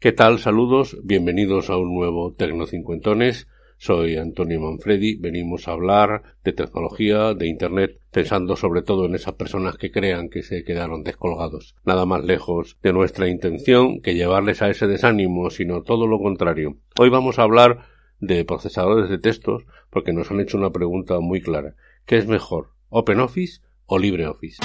¿Qué tal? Saludos, bienvenidos a un nuevo Tecnocincuentones. Soy Antonio Manfredi, venimos a hablar de tecnología, de Internet, pensando sobre todo en esas personas que crean que se quedaron descolgados. Nada más lejos de nuestra intención que llevarles a ese desánimo, sino todo lo contrario. Hoy vamos a hablar de procesadores de textos porque nos han hecho una pregunta muy clara. ¿Qué es mejor, OpenOffice o LibreOffice?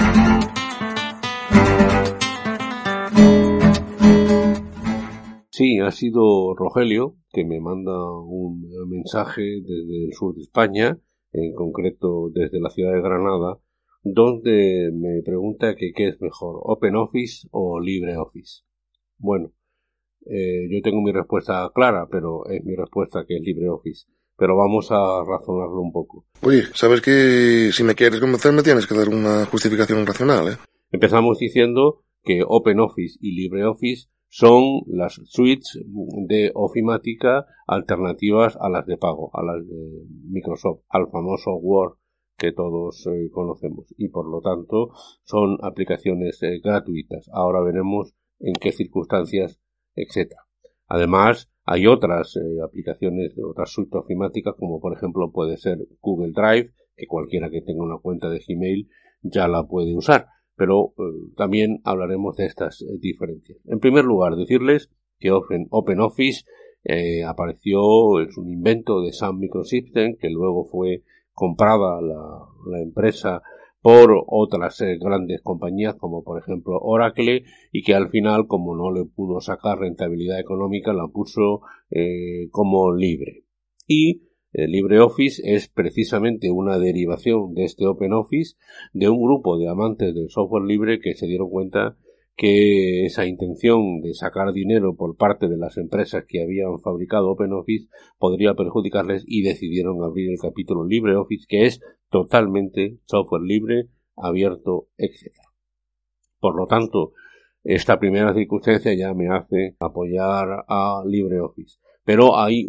Sí, ha sido Rogelio que me manda un mensaje desde el sur de España, en concreto desde la ciudad de Granada, donde me pregunta que qué es mejor, OpenOffice o LibreOffice. Bueno, yo tengo mi respuesta clara, pero es mi respuesta que es LibreOffice. Pero vamos a razonarlo un poco. Oye, sabes que si me quieres convencer me tienes que dar una justificación racional, ¿eh? Empezamos diciendo que OpenOffice y LibreOffice son las suites de ofimática alternativas a las de pago, a las de Microsoft, al famoso Word que todos conocemos, y por lo tanto son aplicaciones gratuitas. Ahora veremos en qué circunstancias, etc. Además, hay otras aplicaciones, otras suites ofimáticas, como por ejemplo puede ser Google Drive, que cualquiera que tenga una cuenta de Gmail ya la puede usar. Pero también hablaremos de estas diferencias. En primer lugar, decirles que OpenOffice apareció, es un invento de Sun Microsystems, que luego fue comprada la empresa por otras grandes compañías, como por ejemplo Oracle, y que al final, como no le pudo sacar rentabilidad económica, la puso como libre. Y LibreOffice es precisamente una derivación de este OpenOffice de un grupo de amantes del software libre que se dieron cuenta que esa intención de sacar dinero por parte de las empresas que habían fabricado OpenOffice podría perjudicarles y decidieron abrir el capítulo LibreOffice, que es totalmente software libre, abierto, etc. Por lo tanto, esta primera circunstancia ya me hace apoyar a LibreOffice. Pero hay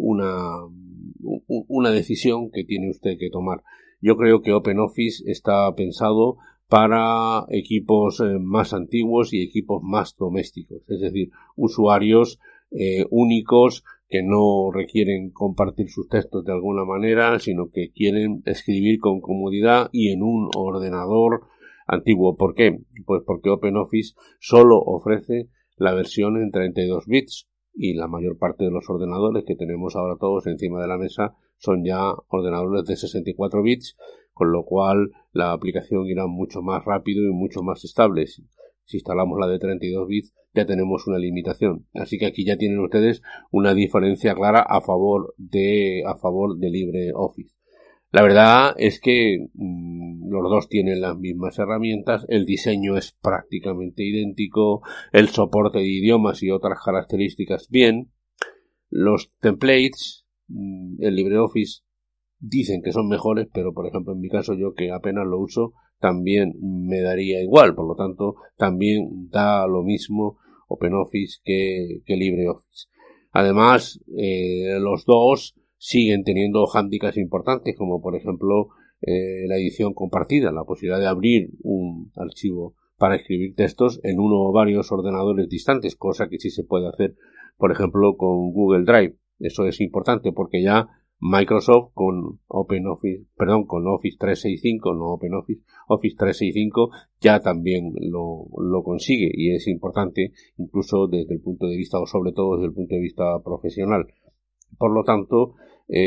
una decisión que tiene usted que tomar. Yo creo que OpenOffice está pensado para equipos más antiguos y equipos más domésticos, es decir, usuarios únicos que no requieren compartir sus textos de alguna manera, sino que quieren escribir con comodidad y en un ordenador antiguo. ¿Por qué? Pues porque OpenOffice solo ofrece la versión en 32 bits y la mayor parte de los ordenadores que tenemos ahora todos encima de la mesa son ya ordenadores de 64 bits, con lo cual la aplicación irá mucho más rápido y mucho más estable. Si instalamos la de 32 bits ya tenemos una limitación. Así que aquí ya tienen ustedes una diferencia clara a favor de LibreOffice. La verdad es que los dos tienen las mismas herramientas, el diseño es prácticamente idéntico, el soporte de idiomas y otras características bien, los templates, el LibreOffice dicen que son mejores, pero por ejemplo en mi caso yo que apenas lo uso también me daría igual, por lo tanto también da lo mismo OpenOffice que LibreOffice. Además, los dos siguen teniendo hándicaps importantes, como por ejemplo la edición compartida, la posibilidad de abrir un archivo para escribir textos en uno o varios ordenadores distantes, cosa que sí se puede hacer, por ejemplo, con Google Drive. Eso es importante porque ya Microsoft con con Office 365, no OpenOffice, Office 365 ya también lo consigue y es importante incluso desde el punto de vista o sobre todo desde el punto de vista profesional. Por lo tanto,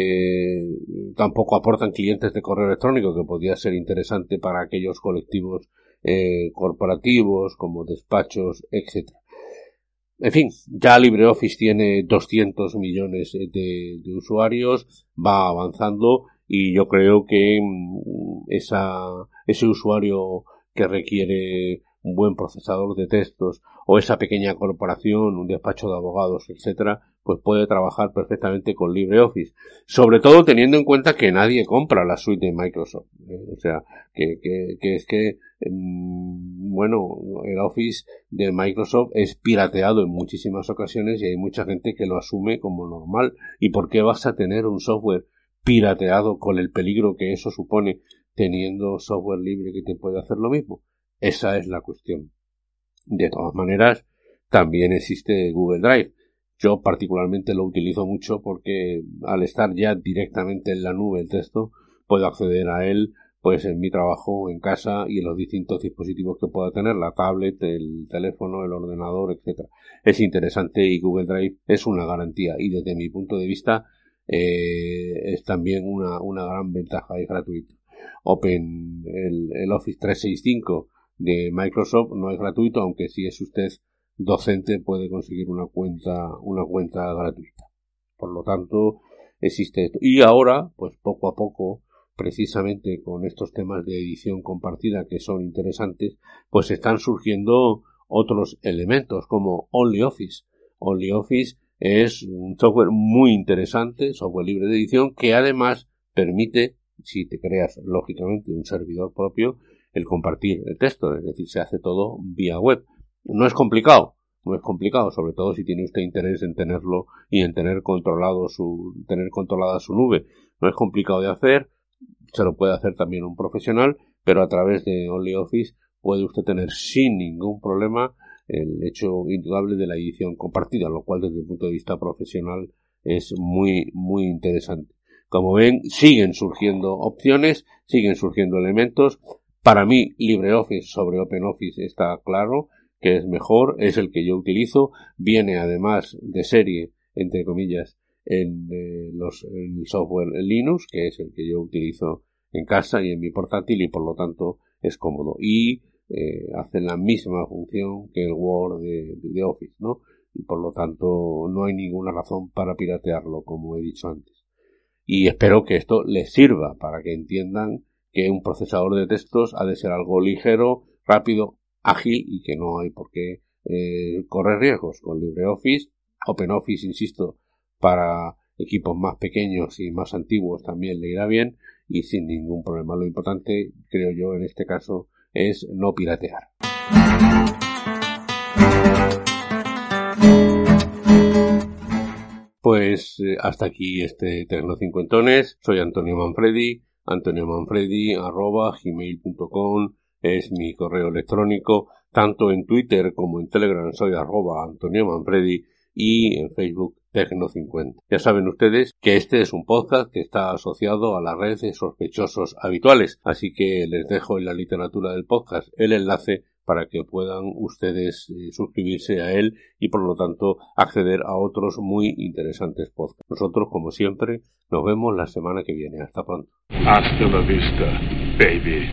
tampoco aportan clientes de correo electrónico, que podría ser interesante para aquellos colectivos corporativos como despachos, etcétera. En fin, ya LibreOffice tiene 200 millones de usuarios, va avanzando y yo creo que ese usuario que requiere un buen procesador de textos o esa pequeña corporación, un despacho de abogados, etcétera, pues puede trabajar perfectamente con LibreOffice. Sobre todo teniendo en cuenta que nadie compra la suite de Microsoft. O sea, que es que bueno, el Office de Microsoft es pirateado en muchísimas ocasiones y hay mucha gente que lo asume como normal. ¿Y por qué vas a tener un software pirateado con el peligro que eso supone teniendo software libre que te puede hacer lo mismo? Esa es la cuestión. De todas maneras, también existe Google Drive. Yo particularmente lo utilizo mucho porque al estar ya directamente en la nube el texto, puedo acceder a él pues en mi trabajo, en casa y en los distintos dispositivos que pueda tener, la tablet, el teléfono, el ordenador, etcétera. Es interesante y Google Drive es una garantía y desde mi punto de vista es también una gran ventaja, es gratuito. El Office 365 de Microsoft no es gratuito, aunque si es usted docente puede conseguir una cuenta gratuita. Por lo tanto, existe esto. Y ahora, pues poco a poco, precisamente con estos temas de edición compartida que son interesantes, pues están surgiendo otros elementos como OnlyOffice. OnlyOffice es un software muy interesante, software libre de edición, que además permite, si te creas lógicamente un servidor propio, el compartir el texto, es decir, se hace todo vía web. No es complicado, sobre todo si tiene usted interés en tenerlo y en tener controlada su nube. No es complicado de hacer, se lo puede hacer también un profesional, pero a través de OnlyOffice puede usted tener sin ningún problema el hecho indudable de la edición compartida, lo cual desde el punto de vista profesional es muy, muy interesante. Como ven, siguen surgiendo opciones, siguen surgiendo elementos. Para mí, LibreOffice sobre OpenOffice está claro que es mejor, es el que yo utilizo, viene además de serie, entre comillas, en el software Linux, que es el que yo utilizo en casa y en mi portátil, y por lo tanto es cómodo. Y hace la misma función que el Word de Office, ¿no? Y por lo tanto no hay ninguna razón para piratearlo, como he dicho antes. Y espero que esto les sirva para que entiendan que un procesador de textos ha de ser algo ligero, rápido, ágil y que no hay por qué correr riesgos con LibreOffice. OpenOffice, insisto, para equipos más pequeños y más antiguos también le irá bien y sin ningún problema. Lo importante, creo yo, en este caso es no piratear. Pues hasta aquí este Tecnocincuentones. Soy Antonio Manfredi, antoniomanfredi@gmail.com es mi correo electrónico. Tanto en Twitter como en Telegram soy @AntonioManfredi y en Facebook Tecno50. Ya saben ustedes que este es un podcast que está asociado a la red de sospechosos habituales, así que les dejo en la literatura del podcast el enlace para que puedan ustedes suscribirse a él y por lo tanto acceder a otros muy interesantes podcasts. Nosotros, como siempre, nos vemos la semana que viene. Hasta pronto. Hasta la vista, baby.